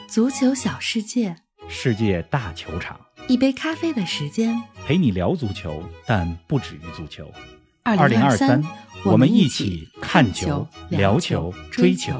足球小世界， 世界大球场， 一杯咖啡的时间， 陪你聊足球，但不止于足球。 2023， 我们一起看球、聊球、追球。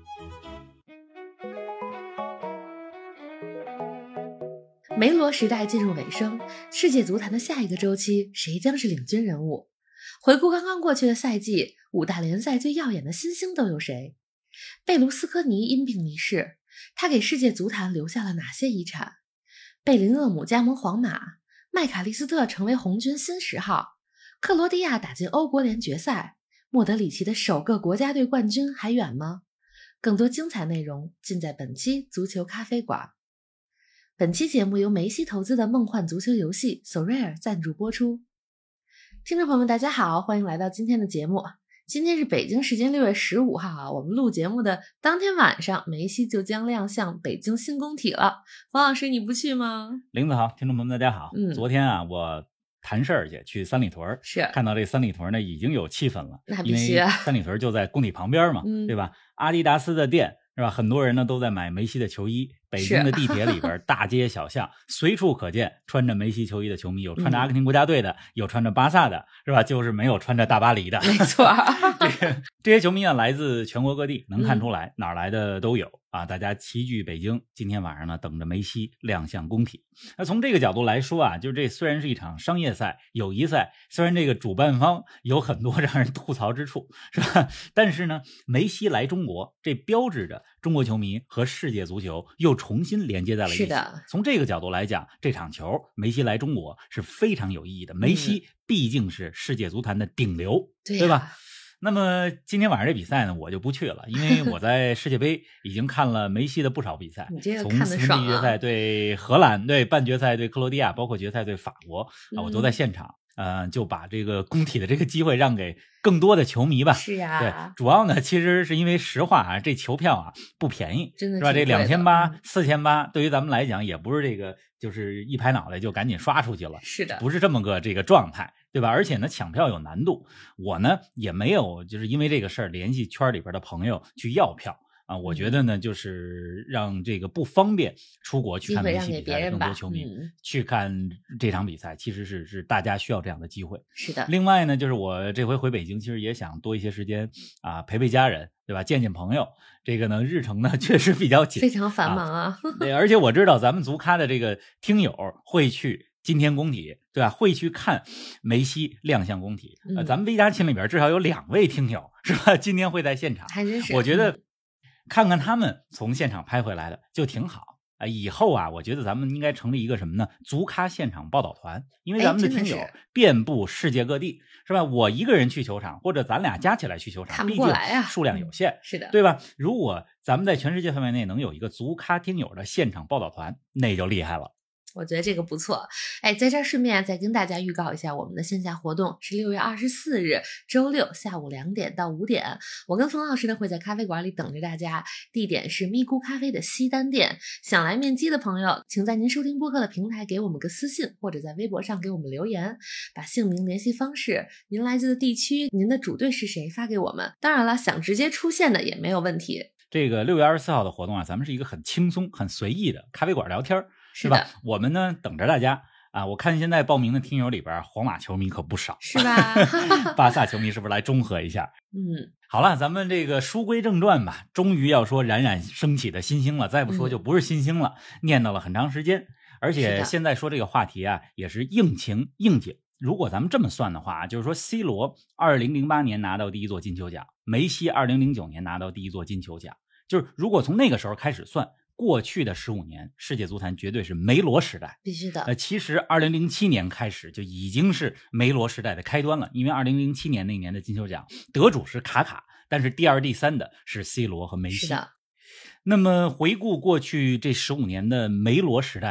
梅罗时代进入尾声，世界足坛的下一个周期，谁将是领军人物？回顾刚刚过去的赛季，5大联赛最耀眼的新星都有谁？贝卢斯科尼因病离世，他给世界足坛留下了哪些遗产？贝林厄姆加盟皇马，麦卡利斯特成为红军新10号，克罗地亚打进欧国联决赛，莫德里奇的首个国家队冠军还远吗？更多精彩内容尽在本期足球咖啡馆。本期节目由梅西投资的梦幻足球游戏 Sorare 赞助播出。听众朋友们大家好，欢迎来到今天的节目。今天是北京时间6月15号啊，我们录节目的当天晚上，梅西就将亮相北京新工体了。冯老师你不去吗？ 林子好，听众朋友们大家好。昨天啊我谈事儿去三里屯， 是看到这三里屯呢已经有气氛了， 那必须啊， 因为三里屯就在工体旁边嘛，对吧？阿迪达斯的店是吧？很多人呢都在买梅西的球衣。北京的地铁里边，大街小巷随处可见穿着梅西球衣的球迷，有穿着阿根廷国家队的，有穿着巴萨的，是吧？就是没有穿着大巴黎的。 没错， 这些球迷啊，来自全国各地，能看出来哪儿来的都有啊！大家齐聚北京，今天晚上呢，等着梅西亮相工体。那从这个角度来说啊，就是这虽然是一场商业赛、友谊赛，虽然这个主办方有很多让人吐槽之处，是吧？但是呢，梅西来中国，这标志着中国球迷和世界足球又重新连接在了一起。 是的， 从这个角度来讲，这场球梅西来中国是非常有意义的。梅西毕竟是世界足坛的顶流，对吧？那么今天晚上这比赛呢，我就不去了，因为我在世界杯已经看了梅西的不少比赛。 你这个从看得爽啊！ 四分之一决赛对荷兰，对半决赛对克罗地亚，包括决赛对法国啊，我都在现场。就把这个工体的这个机会让给更多的球迷吧。 是呀， 对，主要呢其实是因为实话啊，这球票啊不便宜， 真的是吧？这2800、4800对于咱们来讲也不是这个就是一拍脑袋就赶紧刷出去了， 是的， 不是这么个这个状态，对吧？而且呢抢票有难度，我呢也没有就是因为这个事儿联系圈里边的朋友去要票。我觉得呢，就是让这个不方便出国去看梅西比赛的更多球迷去看这场比赛，其实是大家需要这样的机会。 是的。 另外呢，就是我这回回北京，其实也想多一些时间啊，陪陪家人，对吧？见见朋友。这个呢，日程呢确实比较紧， 非常繁忙啊。 对，而且我知道咱们足咖的这个听友会去今天工体，对吧？会去看梅西亮相工体。咱们微家群里边至少有2位听友，是吧？今天会在现场， 还真是。 我觉得。看看他们从现场拍回来的就挺好啊！以后啊，我觉得咱们应该成立一个什么呢？足咖现场报道团，因为咱们的听友遍布世界各地，是吧？我一个人去球场，或者咱俩加起来去球场， 看不过来啊， 数量有限， 是的， 对吧？如果咱们在全世界范围内能有一个足咖听友的现场报道团，那就厉害了。 我觉得这个不错。在这儿顺便再跟大家预告一下，我们的线下活动是6月24日周六下午2点到5点，我跟冯老师呢会在咖啡馆里等着大家，地点是咪咕咖啡的西单店。想来面基的朋友，请在您收听播客的平台给我们个私信，或者在微博上给我们留言，把姓名、联系方式、您来自的地区、您的主队是谁发给我们。当然了，想直接出现的也没有问题。 这个6月24号的活动啊，咱们是一个很轻松、很随意的咖啡馆聊天， 是吧？我们呢等着大家啊！我看现在报名的听友里边，皇马球迷可不少， 是吧？ 巴萨球迷是不是来中和一下？好了，咱们这个书归正传吧。终于要说冉冉升起的新星了，再不说就不是新星了。念叨了很长时间，而且现在说这个话题啊，也是应情应景。如果咱们这么算的话，就是说 C 罗2008年拿到第一座金球奖，梅西2009年拿到第一座金球奖，就是如果从那个时候开始算，过去的15年世界足坛绝对是梅罗时代， 必须的。 其实2007年开始就已经是梅罗时代的开端了，因为2007年那年的金球奖得主是卡卡，但是第2、第3的是 C 罗和梅西。 是的。 那么回顾过去这15年的梅罗时代啊，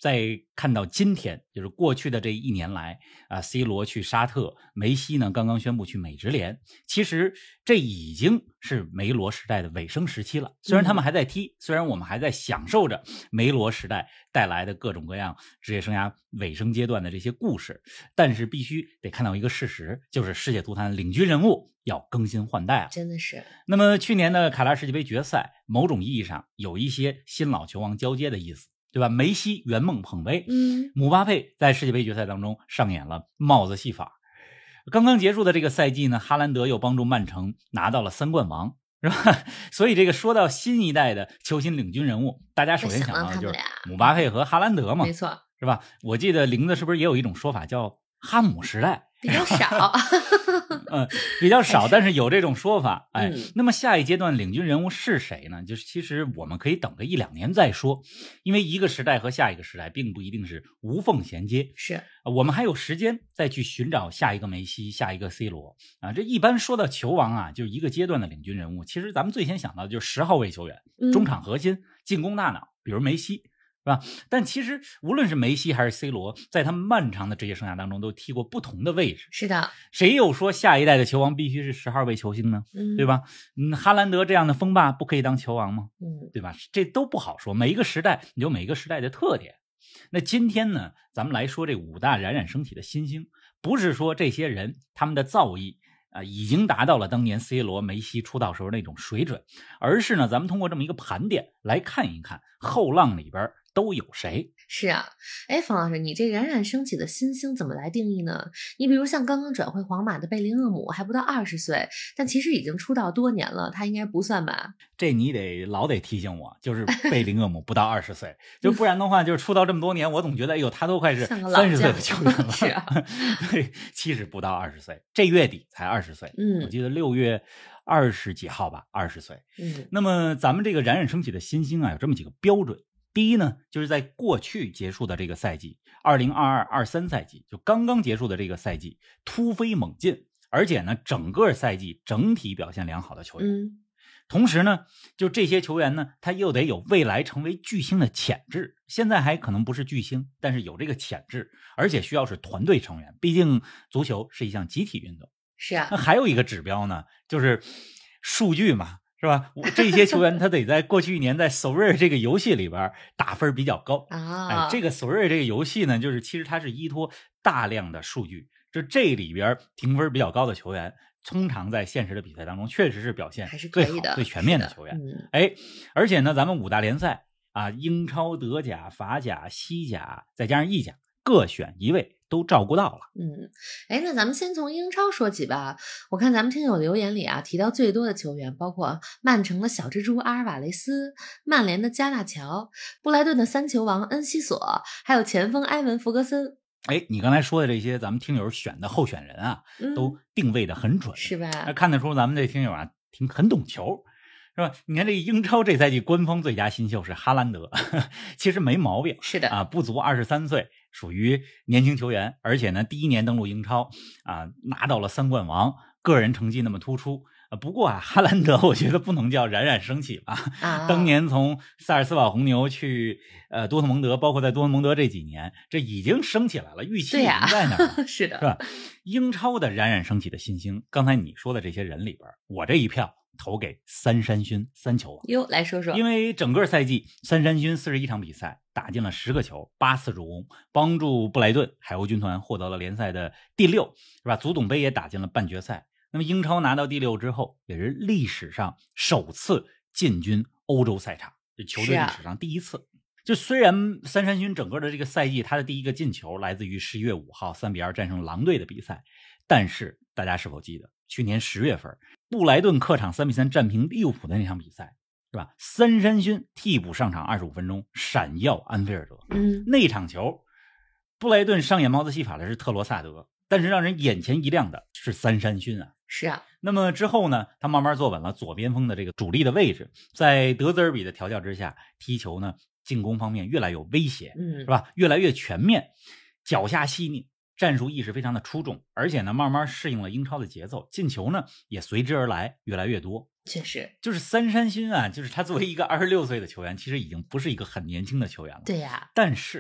在看到今天，就是过去的这1年来啊 ，C 罗去沙特，梅西呢刚刚宣布去美职联，其实这已经是梅罗时代的尾声时期了。虽然他们还在踢，虽然我们还在享受着梅罗时代带来的各种各样职业生涯尾声阶段的这些故事，但是必须得看到一个事实，就是世界足坛领军人物要更新换代了。 真的是。 那么去年的卡塔尔世界杯决赛，某种意义上有一些新老球王交接的意思。对吧？梅西圆梦捧杯，姆巴佩在世界杯决赛当中上演了帽子戏法。刚刚结束的这个赛季呢，哈兰德又帮助曼城拿到了3冠王，是吧？所以这个说到新一代的球星领军人物，大家首先想到的就是姆巴佩和哈兰德嘛， 没错， 是吧？我记得玲子是不是也有一种说法叫哈姆时代？ 比较少比较少，但是有这种说法。那么下一阶段领军人物是谁呢？就是其实我们可以等个1-2年再说，因为一个时代和下一个时代并不一定是无缝衔接， 是我们还有时间再去寻找下一个梅西，下一个 C 罗啊。这一般说到球王啊，就是一个阶段的领军人物，其实咱们最先想到的就是10号位球员，中场核心，进攻大脑，比如梅西。是吧？但其实无论是梅西还是 C 罗，在他们漫长的职业生涯当中都踢过不同的位置。 是的， 谁有说下一代的球王必须是10号位球星呢？对吧？哈兰德这样的锋霸不可以当球王吗？对吧？这都不好说。每一个时代有每一个时代的特点。那今天呢，咱们来说这5大冉冉升起的新星，不是说这些人他们的造诣已经达到了当年 C 罗、梅西出道时候那种水准，而是呢，咱们通过这么一个盘点来看一看后浪里边都有谁。 是啊，冯老师，你这冉冉升起的新星怎么来定义呢？你比如像刚刚转会皇马的贝林厄姆，还不到20岁，但其实已经出道多年了，他应该不算吧？ 这你老得提醒我，就是贝林厄姆不到20岁，就不然的话，就是出道这么多年，我总觉得，哎呦，他都快是30岁的球员了。 是啊， 对，其实不到20岁，这月底才20岁。我记得6月20几号吧，20岁。那么咱们这个冉冉升起的新星啊，有这么几个标准。第一呢，就是在过去结束的这个赛季，2022-23赛季，就刚刚结束的这个赛季，突飞猛进，而且呢，整个赛季整体表现良好的球员。同时呢，就这些球员呢，他又得有未来成为巨星的潜质。现在还可能不是巨星，但是有这个潜质，而且需要是团队成员。毕竟足球是一项集体运动。 是啊。 那还有一个指标呢，就是数据嘛。是吧？这些球员他得在过去1年在 Sorare 这个游戏里边打分比较高啊。这个 Sorare 这个游戏呢，就是其实它是依托大量的数据，就这里边评分比较高的球员，通常在现实的比赛当中确实是表现最好、最全面的球员。而且呢，咱们5大联赛啊，英超、德甲、法甲、西甲，再加上意甲，各选1位。都照顾到了。 那咱们先从英超说起吧。我看咱们听友留言里啊，提到最多的球员包括曼城的小蜘蛛阿尔瓦雷斯、曼联的加纳乔、布莱顿的3球王恩西索，还有前锋埃文弗格森。 你刚才说的这些咱们听友选的候选人啊，都定位的很准， 是吧？ 看得出咱们这听友啊很懂球。是吧？你看这英超这赛季官方最佳新秀是哈兰德，其实没毛病。 是的啊，不足23岁，属于年轻球员，而且呢，第1年登陆英超啊，拿到了3冠王，个人成绩那么突出。不过啊，哈兰德我觉得不能叫冉冉升起吧。当年从萨尔斯堡红牛去多特蒙德，包括在多特蒙德这几年，这已经升起来了，预期已经在那儿了。 是的， 是吧？英超的冉冉升起的新星，刚才你说的这些人里边，我这一票投给三山勋3球王。 哟，来说说。 因为整个赛季三山勋41场比赛打进了10个球，8次助攻，帮助布莱顿海鸥军团获得了联赛的第6，是吧？足总杯也打进了半决赛。那么英超拿到第6之后，也是历史上首次进军欧洲赛场，这球队历史上第1次。就虽然三山勋整个的这个赛季他的第1个进球来自于11月5号3-2战胜狼队的比赛，但是大家是否记得去年10月份布莱顿客场3-3战平利物浦的那场比赛，是吧？三山勋替补上场25分钟，闪耀安菲尔德。那场球布莱顿上演帽子戏法的是特罗萨德，但是让人眼前一亮的是三山勋啊。 是啊。 那么之后呢，他慢慢坐稳了左边锋的这个主力的位置，在德泽尔比的调教之下，踢球呢进攻方面越来有威胁，是吧？越来越全面，脚下细腻，战术意识非常的出众，而且呢慢慢适应了英超的节奏，进球呢也随之而来越来越多。 确实， 就是三山勋啊，就是他作为一个26岁的球员，其实已经不是一个很年轻的球员了。 对呀。 但是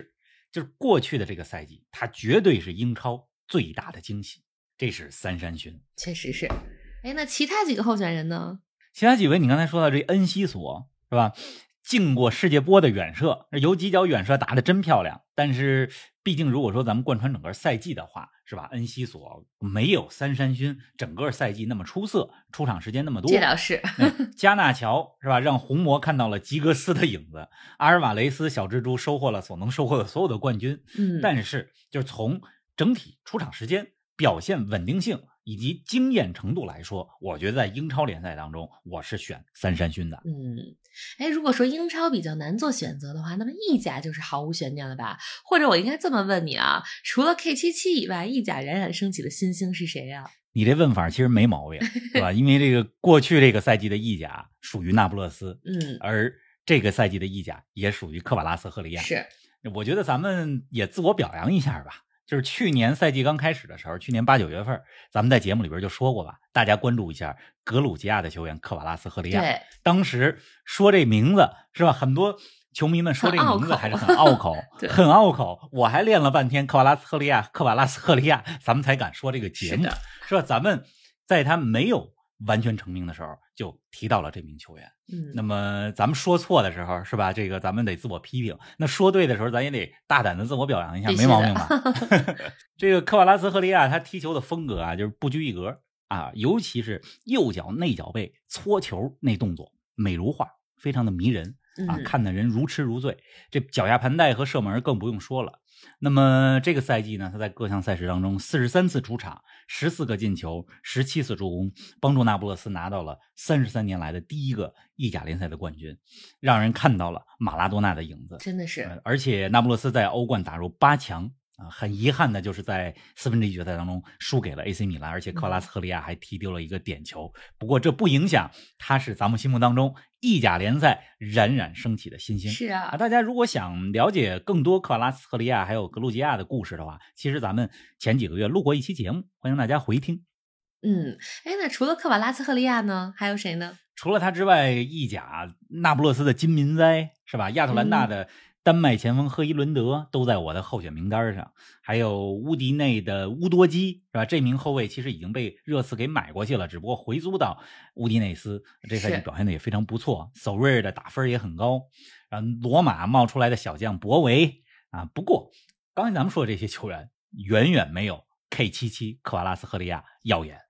就是过去的这个赛季，他绝对是英超最大的惊喜，这是三山勋。 确实是。那其他几个候选人呢？ 其他几位你刚才说到这恩西索是吧，进过世界波的远射，游击脚远射打得真漂亮，但是毕竟如果说咱们贯穿整个赛季的话，是吧，恩西索没有三山勋整个赛季那么出色，出场时间那么多。 这倒是。 加纳乔是吧，让红魔看到了吉格斯的影子，阿尔瓦雷斯小蜘蛛收获了所能收获的所有的冠军。但是就是从整体出场时间、表现稳定性以及经验程度来说，我觉得在英超联赛当中我是选三山勋的。 如果说英超比较难做选择的话，那么意甲就是毫无悬念了吧？或者我应该这么问你啊，除了 K77 以外，意甲冉冉升起的新星是谁啊？ 你这问法其实没毛病，是吧？因为这个过去这个赛季的意甲属于那不勒斯，而这个赛季的意甲也属于科瓦拉斯赫利亚。 是， 我觉得咱们也自我表扬一下吧。就是去年赛季刚开始的时候，去年8、9月份，咱们在节目里边就说过吧，大家关注一下格鲁吉亚的球员科瓦拉斯赫利亚。 对， 当时说这名字是吧？很多球迷们说这名字还是很拗口，很拗口。我还练了半天科瓦拉斯赫利亚，咱们才敢说这个节目，是吧？咱们在他没有完全成名的时候就提到了这名球员。那么咱们说错的时候是吧，这个咱们得自我批评，那说对的时候咱也得大胆的自我表扬一下，没毛病吧？这个科瓦拉斯赫利亚他踢球的风格啊，就是不拘一格啊，尤其是右脚内脚背搓球那动作美如画，非常的迷人啊，看的人如痴如醉。这脚下盘带和射门更不用说了。那么这个赛季呢，他在各项赛事当中43次出场，14个进球，17次助攻，帮助那不勒斯拿到了33年来的第一个意甲联赛的冠军，让人看到了马拉多纳的影子。 真的是。 而且那不勒斯在欧冠打入8强很遗憾的就是在1/4决赛当中输给了 AC 米兰，而且科瓦拉斯赫利亚还踢丢了一个点球。不过这不影响他是咱们心目当中意甲联赛冉冉升起的新星。 是啊， 大家如果想了解更多科瓦拉斯赫利亚还有格鲁吉亚的故事的话，其实咱们前几个月录过一期节目，欢迎大家回听。 那除了科瓦拉斯赫利亚呢，还有谁呢？ 除了他之外，意甲那不勒斯的金民哉是吧？亚特兰大的丹麦前锋赫伊伦德都在我的候选名单上，还有乌迪内的乌多基是吧？这名后卫其实已经被热刺给买过去了，只不过回租到乌迪内斯，这赛季表现的也非常不错，索瑞尔的打分也很高。罗马冒出来的小将博维啊，不过刚才咱们说的这些球员远远没有 K77 科瓦拉斯赫利亚耀眼。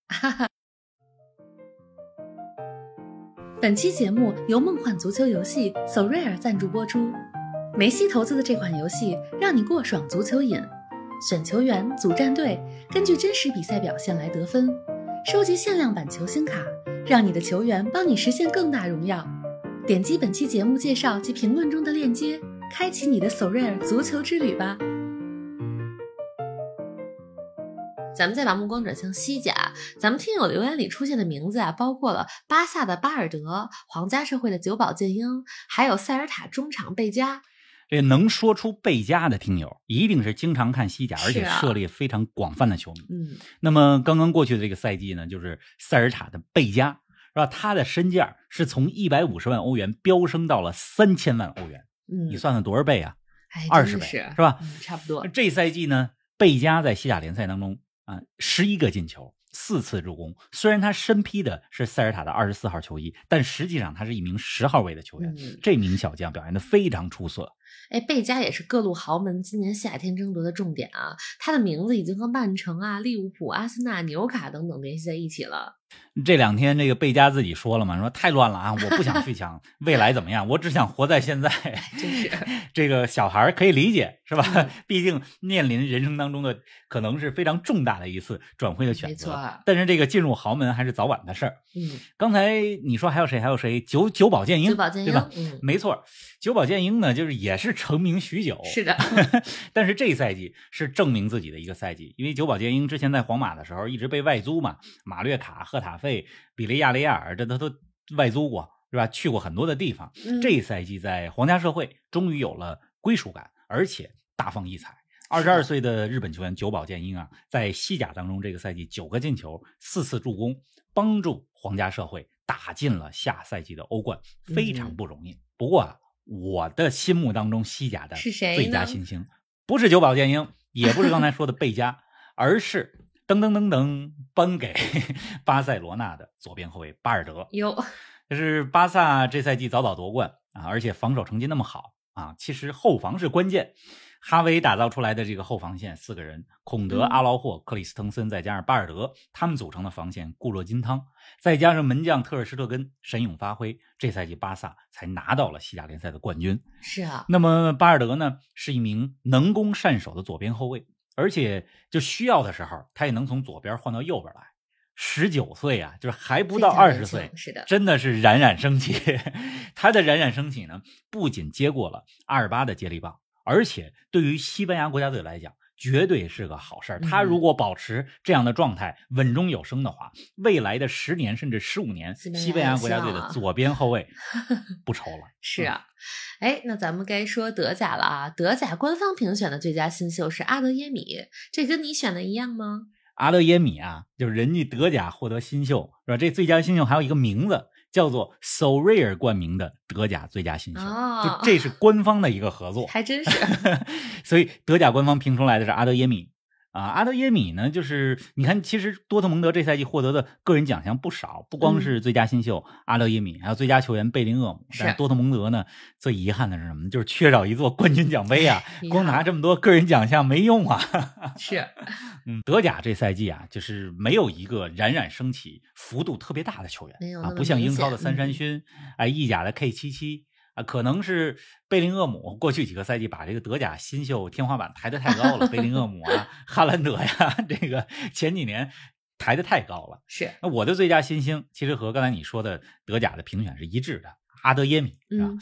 本期节目由梦幻足球游戏 Sorare 赞助播出。梅西投资的这款游戏让你过爽足球瘾，选球员、组战队，根据真实比赛表现来得分，收集限量版球星卡，让你的球员帮你实现更大荣耀。点击本期节目介绍及评论中的链接，开启你的 Sorare 足球之旅吧。咱们再把目光转向西甲，咱们听友留言里出现的名字啊，包括了巴萨的巴尔德、皇家社会的久保建英，还有塞尔塔中场贝加。 这能说出贝加的听友，一定是经常看西甲，而且涉猎非常广泛的球迷。那么刚刚过去的这个赛季呢，就是塞尔塔的贝加，是吧？他的身价是从150万欧元飙升到了3000万欧元。你算算多少倍啊？20倍是吧？ 差不多。 这赛季呢，贝加在西甲联赛当中11个进球，4次助攻。虽然他身披的是塞尔塔的24号球衣，但实际上他是一名10号位的球员。这名小将表现得非常出色。 贝加也是各路豪门今年夏天争夺的重点啊！他的名字已经和曼城啊、利物浦、阿森纳、纽卡等等联系在一起了。 这2天这个贝加自己说了嘛，说太乱了啊，我不想去想未来怎么样，我只想活在现在。 真是这个小孩可以理解是吧？毕竟面临人生当中的可能是非常重大的一次转会的选择。没错，但是这个进入豪门还是早晚的事儿。刚才你说还有谁？久保建英，对吧？没错，久保建英呢，就是也是成名许久。 是的， 但是这赛季是证明自己的一个赛季，因为久保建英之前在皇马的时候一直被外租嘛，马略卡、赫塔费、比利亚雷亚尔，这都外租过，是吧？去过很多的地方。这一赛季在皇家社会终于有了归属感，而且大放异彩。22岁的日本球员久保建英啊，在西甲当中这个赛季9个进球，4次助攻，帮助皇家社会打进了下赛季的欧冠，非常不容易。不过啊，我的心目当中西甲的最佳新星不是久保建英，也不是刚才说的贝加，而是噔噔噔噔颁给巴塞罗那的左边后卫巴尔德。就是巴萨这赛季早早夺冠啊，而且防守成绩那么好啊，其实后防是关键。哈维打造出来的这个后防线4个人，孔德、阿劳霍、克里斯滕森再加上巴尔德，他们组成的防线固若金汤，再加上门将特尔施特根神勇发挥，这赛季巴萨才拿到了西甲联赛的冠军。 是啊， 那么巴尔德呢，是一名能攻善守的左边后卫，而且就需要的时候他也能从左边换到右边来。19岁啊，就是还不到20岁， 是的， 真的是冉冉升起。他的冉冉升起呢，不仅接过了阿尔巴的接力棒，而且对于西班牙国家队来讲绝对是个好事。他如果保持这样的状态，稳中有升的话，未来的10年甚至15年，西班牙国家队的左边后卫不愁了。 是啊，那咱们该说德甲了啊。德甲官方评选的最佳新秀是阿德耶米，这跟你选的一样吗？ 阿德耶米啊，就是人家德甲获得新秀是吧？这最佳新秀还有一个名字叫做 Sorare 冠名的德甲最佳新秀，就这是官方的一个合作， 还真是。 所以德甲官方评出来的是阿德耶米啊。阿德耶米呢，就是你看，其实多特蒙德这赛季获得的个人奖项不少，不光是最佳新秀阿德耶米，还有最佳球员贝林厄姆。但是多特蒙德呢，最遗憾的是什么？就是缺少一座冠军奖杯啊，光拿这么多个人奖项没用啊。 是。 德甲这赛季啊，就是没有一个冉冉升起幅度特别大的球员， 没有不像英超的三山勋，意甲的 K77 啊，可能是贝林厄姆过去几个赛季把这个德甲新秀天花板抬得太高了，贝林厄姆啊、哈兰德呀，这个前几年抬得太高了。 是。 那我的最佳新星其实和刚才你说的德甲的评选是一致的。阿德耶米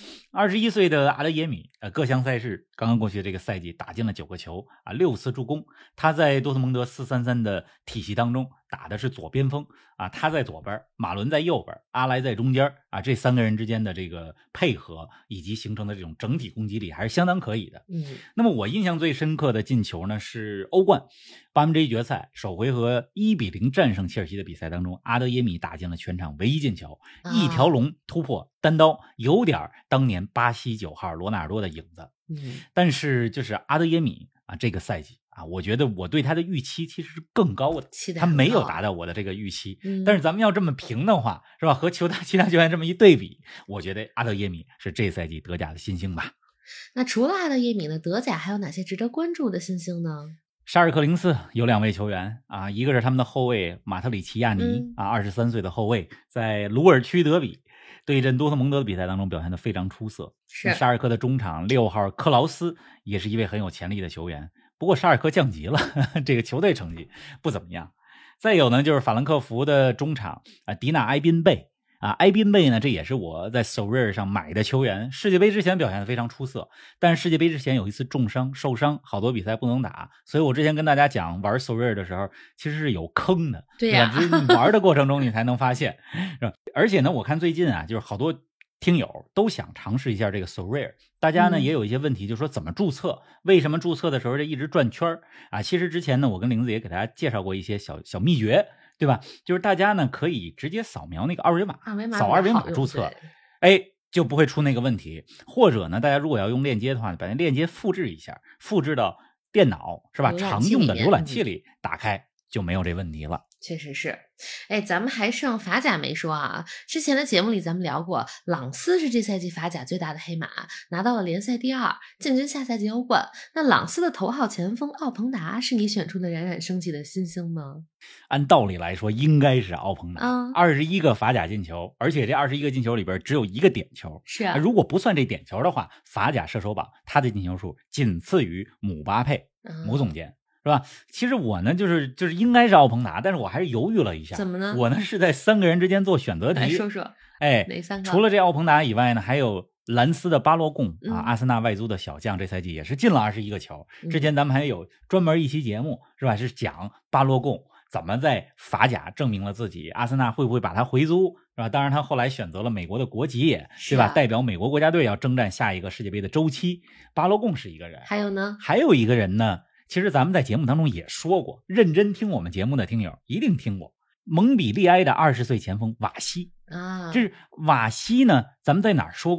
21岁的阿德耶米，各项赛事刚刚过去的这个赛季打进了9个球啊，6次助攻。他在多特蒙德4-3-3的体系当中打的是左边锋啊，他在左边，马伦在右边，阿莱在中间啊，这3个人之间的这个配合以及形成的这种整体攻击力还是相当可以的。那么我印象最深刻的进球呢是欧冠八分之一决赛首回合1-0战胜切尔西的比赛当中，阿德耶米打进了全场唯一进球，一条龙突破单刀，有点当年巴西9号罗纳尔多的影子。但是就是阿德耶米啊，这个赛季啊，我觉得我对他的预期其实是更高的，他没有达到我的这个预期。但是咱们要这么评的话，是吧？和其他球员这么一对比，我觉得阿德耶米是这赛季德甲的新星吧。 那除了阿德耶米呢，德甲还有哪些值得关注的新星呢？ 沙尔克零四有2位球员啊，一个是他们的后卫马特里奇亚尼23岁的后卫，在鲁尔区德比对阵多特蒙德的比赛当中表现得非常出色。沙尔克的中场6号克劳斯也是一位很有潜力的球员，不过沙尔克降级了，这个球队成绩不怎么样。再有呢，就是法兰克福的中场迪纳埃宾贝埃宾贝呢，这也是我在 Sorare 上买的球员，世界杯之前表现得非常出色，但是世界杯之前有一次重伤受伤，好多比赛不能打，所以我之前跟大家讲玩 Sorare 的时候其实是有坑的。 对呀， 只是你玩的过程中你才能发现。而且呢，我看最近啊，就是好多听友都想尝试一下这个 Sorare， 大家呢也有一些问题，就是说怎么注册，为什么注册的时候就一直转圈啊？其实之前呢，我跟玲子也给大家介绍过一些小秘诀，对吧？就是大家呢可以直接扫描那个二维码，扫二维码注册，就不会出那个问题。或者呢，大家如果要用链接的话，把那链接复制一下，复制到电脑是吧？常用的浏览器里打开就没有这问题了。 确实是。咱们还剩法甲没说啊。之前的节目里咱们聊过，朗斯是这赛季法甲最大的黑马，拿到了联赛第2，进军下赛季欧冠。那朗斯的头号前锋奥彭达是你选出的冉冉升起的新星吗？ 按道理来说应该是奥彭达，21个法甲进球，而且这21个进球里边只有1个点球。 是啊， 如果不算这点球的话，法甲射手榜他的进球数仅次于姆巴佩，姆总监。是吧？其实我呢，就是应该是奥彭达，但是我还是犹豫了一下。 怎么呢？ 我呢是在3个人之间做选择题。 来说说，哪3个？ 除了这奥彭达以外呢，还有兰斯的巴洛贡阿森纳外租的小将，这赛季也是进了21个球。之前咱们还有专门一期节目，是吧？是讲巴洛贡怎么在法甲证明了自己，阿森纳会不会把他回租，是吧？当然他后来选择了美国的国籍，对吧？代表美国国家队要征战下一个世界杯的周期。巴洛贡是一个人， 还有呢？ 还有一个人呢。其实咱们在节目当中也说过，认真听我们节目的听友一定听过蒙彼利埃的20岁前锋瓦西啊。这是瓦西呢，咱们在哪儿说过呢？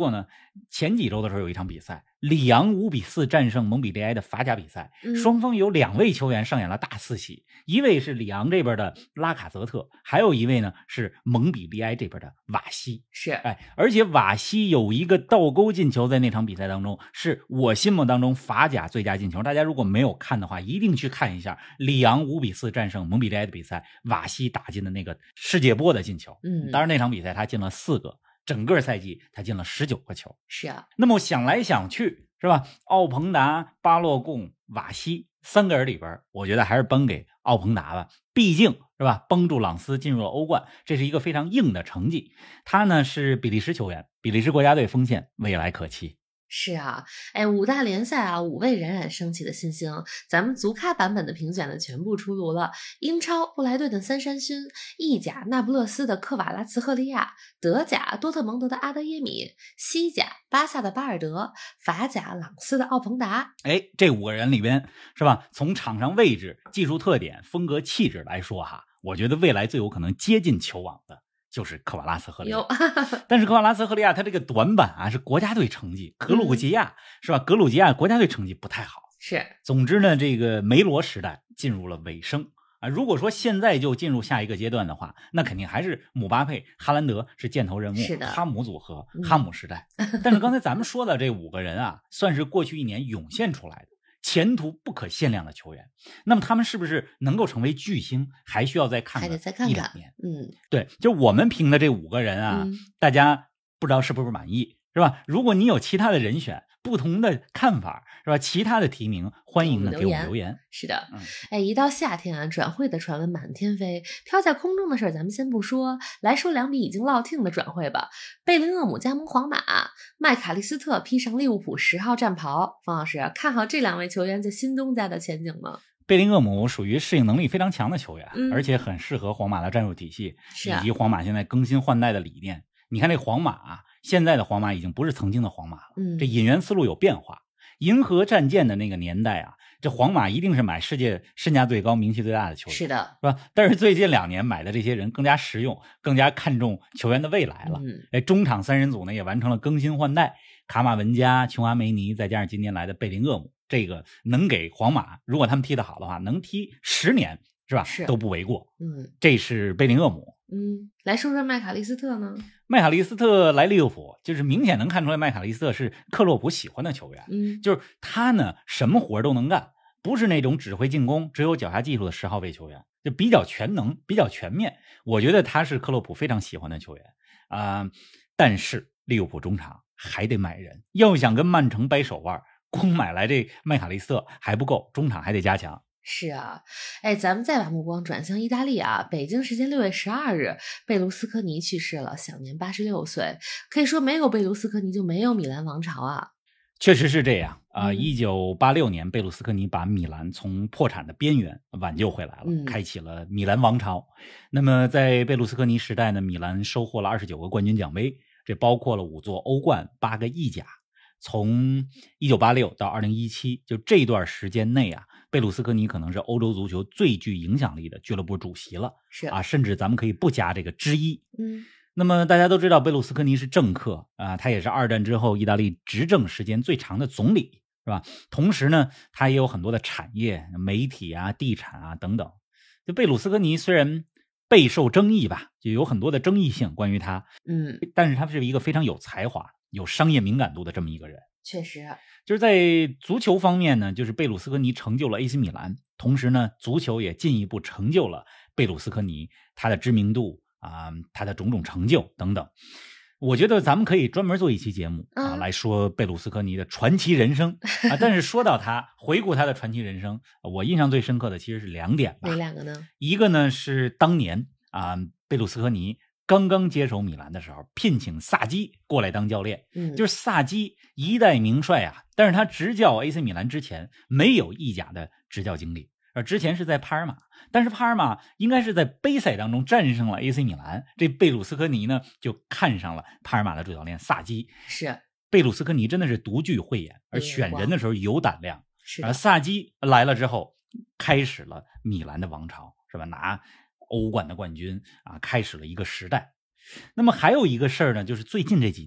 前几周的时候有一场比赛，里昂5-4战胜蒙彼利埃的法甲比赛，双方有2位球员上演了大四喜，一位是里昂这边的拉卡泽特，还有一位呢是蒙彼利埃这边的瓦西。 是， 而且瓦西有一个倒钩进球，在那场比赛当中是我心目当中法甲最佳进球。大家如果没有看的话，一定去看一下里昂5-4战胜蒙彼利埃的比赛，瓦西打进的那个世界波的进球。当然那场比赛他进了4个，整个赛季他进了19个球。 是啊， 那么想来想去，是吧？奥彭达、巴洛贡、瓦西3个人里边，我觉得还是颁给奥彭达吧。毕竟是吧，帮助朗斯进入了欧冠，这是一个非常硬的成绩。他呢是比利时球员，比利时国家队锋线，未来可期。 是啊，5大联赛啊，5位冉冉升起的新星，咱们足咖版本的评选呢全部出炉了。英超布莱顿的三山勋，意甲那不勒斯的克瓦拉茨赫利亚，德甲多特蒙德的阿德耶米，西甲巴萨的巴尔德，法甲朗斯的奥彭达。 这5个人里边是吧，从场上位置、技术特点、风格气质来说哈，我觉得未来最有可能接近球王的就是科瓦拉茨赫利亚。但是科瓦拉茨赫利亚他这个短板啊是国家队成绩，格鲁吉亚是吧？格鲁吉亚国家队成绩不太好。 是， 总之呢，这个梅罗时代进入了尾声啊。如果说现在就进入下一个阶段的话，那肯定还是姆巴佩、哈兰德是箭头人物， 是的， 哈姆组合、哈姆时代。但是刚才咱们说的这5个人啊，算是过去1年涌现出来的前途不可限量的球员。那么他们是不是能够成为巨星，还需要再看个1-2年。对，就我们评的这5个人啊，大家不知道是不是满意，是吧？如果你有其他的人选，不同的看法，是吧？其他的提名，欢迎呢给我们留言。 是的，一到夏天啊，转会的传闻满天飞，飘在空中的事儿咱们先不说，来说2笔已经落听的转会吧。贝林厄姆加盟皇马，麦卡利斯特披上利物浦10号战袍。方老师看好这2位球员在新东家的前景吗？ 贝林厄姆属于适应能力非常强的球员，而且很适合皇马的战术体系，以及皇马现在更新换代的理念。你看这皇马啊，现在的皇马已经不是曾经的皇马了，这引援思路有变化。银河战舰的那个年代啊，这皇马一定是买世界身价最高、名气最大的球员， 是的， 是吧？但是最近2年买的这些人更加实用，更加看重球员的未来了。中场3人组呢也完成了更新换代，卡马文加、琼阿梅尼，再加上今年来的贝林厄姆，这个能给皇马，如果他们踢得好的话，能踢10年，是吧？都不为过。这是贝林厄姆。 来说说麦卡利斯特呢？ 麦卡利斯特来利物浦，就是明显能看出来麦卡利斯特是克洛普喜欢的球员。就是他呢什么活都能干，不是那种只会进攻、只有脚下技术的10号位球员，就比较全能、比较全面。我觉得他是克洛普非常喜欢的球员但是利物浦中场还得买人，要想跟曼城掰手腕，光买来这麦卡利斯特还不够，中场还得加强。 是啊，咱们再把目光转向意大利啊。北京时间6月12日，贝卢斯科尼去世了，享年86岁。可以说没有贝卢斯科尼就没有米兰王朝啊。 确实是这样啊。1986年，贝卢斯科尼把米兰从破产的边缘挽救回来了，开启了米兰王朝。那么在贝卢斯科尼时代呢，米兰收获了29个冠军奖杯，这包括了5座欧冠、8个意甲。从1986到2017，就这段时间内啊，贝鲁斯科尼可能是欧洲足球最具影响力的俱乐部主席了， 是啊，甚至咱们可以不加这个之一。那么大家都知道贝鲁斯科尼是政客啊，他也是2战之后意大利执政时间最长的总理，是吧？同时呢，他也有很多的产业、媒体啊、地产啊等等。就贝鲁斯科尼虽然备受争议吧，就有很多的争议性关于他，但是他是一个非常有才华、有商业敏感度的这么一个人。 确实， 就是在足球方面呢，就是贝鲁斯科尼成就了 AC 米兰，同时呢，足球也进一步成就了贝鲁斯科尼他的知名度啊，他的种种成就等等。我觉得咱们可以专门做一期节目啊，来说贝鲁斯科尼的传奇人生啊。但是说到他，回顾他的传奇人生，我印象最深刻的其实是2点吧。 哪2个呢？ 一个呢是当年啊，贝鲁斯科尼刚刚接手米兰的时候，聘请萨基过来当教练。就是萨基一代名帅啊，但是他执教 AC 米兰之前没有意甲的执教经历，而之前是在帕尔马，但是帕尔马应该是在杯赛当中战胜了 AC 米兰，这贝鲁斯科尼呢就看上了帕尔马的主教练萨基。 是， 贝鲁斯科尼真的是独具慧眼，而选人的时候有胆量。 是， 而萨基来了之后，开始了米兰的王朝，是吧？拿欧冠的冠军啊，开始了一个时代。那么还有一个事儿呢，就是最近这几年，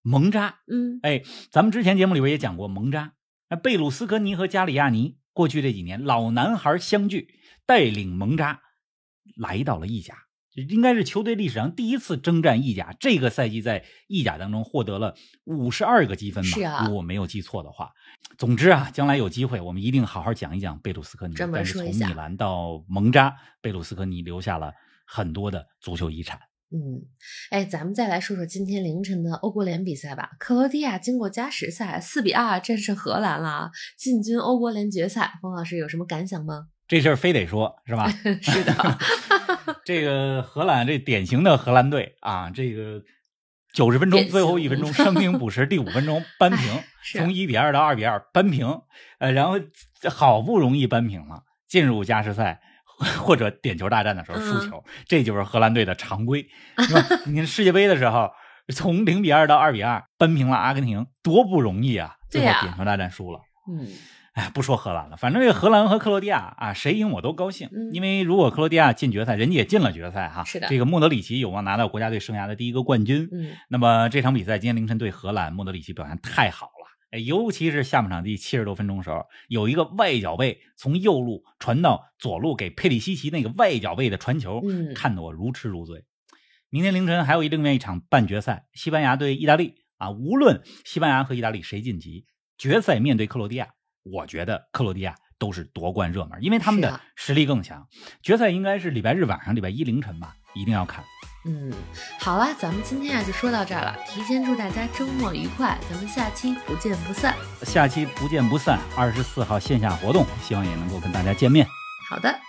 蒙扎。咱们之前节目里边也讲过蒙扎。贝鲁斯科尼和加里亚尼过去这几年老男孩相聚，带领蒙扎来到了意甲，应该是球队历史上第一次征战意甲。这个赛季在意甲当中获得了52个积分吧， 是啊， 如果我没有记错的话。总之啊，将来有机会我们一定好好讲一讲贝鲁斯科尼。但是从米兰到蒙扎，贝鲁斯科尼留下了很多的足球遗产。 咱们再来说说今天凌晨的欧国联比赛吧。克罗地亚经过加时赛4-2战胜荷兰了，进军欧国联决赛。冯老师有什么感想吗？ 这事儿非得说是吧？ 是的。 这个荷兰，这典型的荷兰队啊，这个90分钟最后1分钟伤停补时，第5分钟扳平，从1-2到2-2扳平，然后好不容易扳平了，进入加时赛或者点球大战的时候输球，这就是荷兰队的常规，是吧？你看世界杯的时候，从0-2到2-2扳平了阿根廷，多不容易啊！最后点球大战输了。不说荷兰了，反正这个荷兰和克罗地亚啊，谁赢我都高兴，因为如果克罗地亚进决赛，人家也进了决赛哈。 是的， 这个莫德里奇有望拿到国家队生涯的第1个冠军。那么这场比赛今天凌晨对荷兰，莫德里奇表现太好了，尤其是下半场第70多分钟的时候，有一个外脚背从右路传到左路给佩里西奇那个外脚背的传球，看得我如痴如醉。明天凌晨还有另外一场半决赛，西班牙对意大利啊，无论西班牙和意大利谁晋级，决赛面对克罗地亚，我觉得克罗地亚都是夺冠热门，因为他们的实力更强。决赛应该是礼拜日晚上，礼拜1凌晨吧，一定要看。 好了，咱们今天就说到这儿了。提前祝大家周末愉快，咱们下期不见不散。 下期不见不散，24号线下活动，希望也能够跟大家见面。 好的。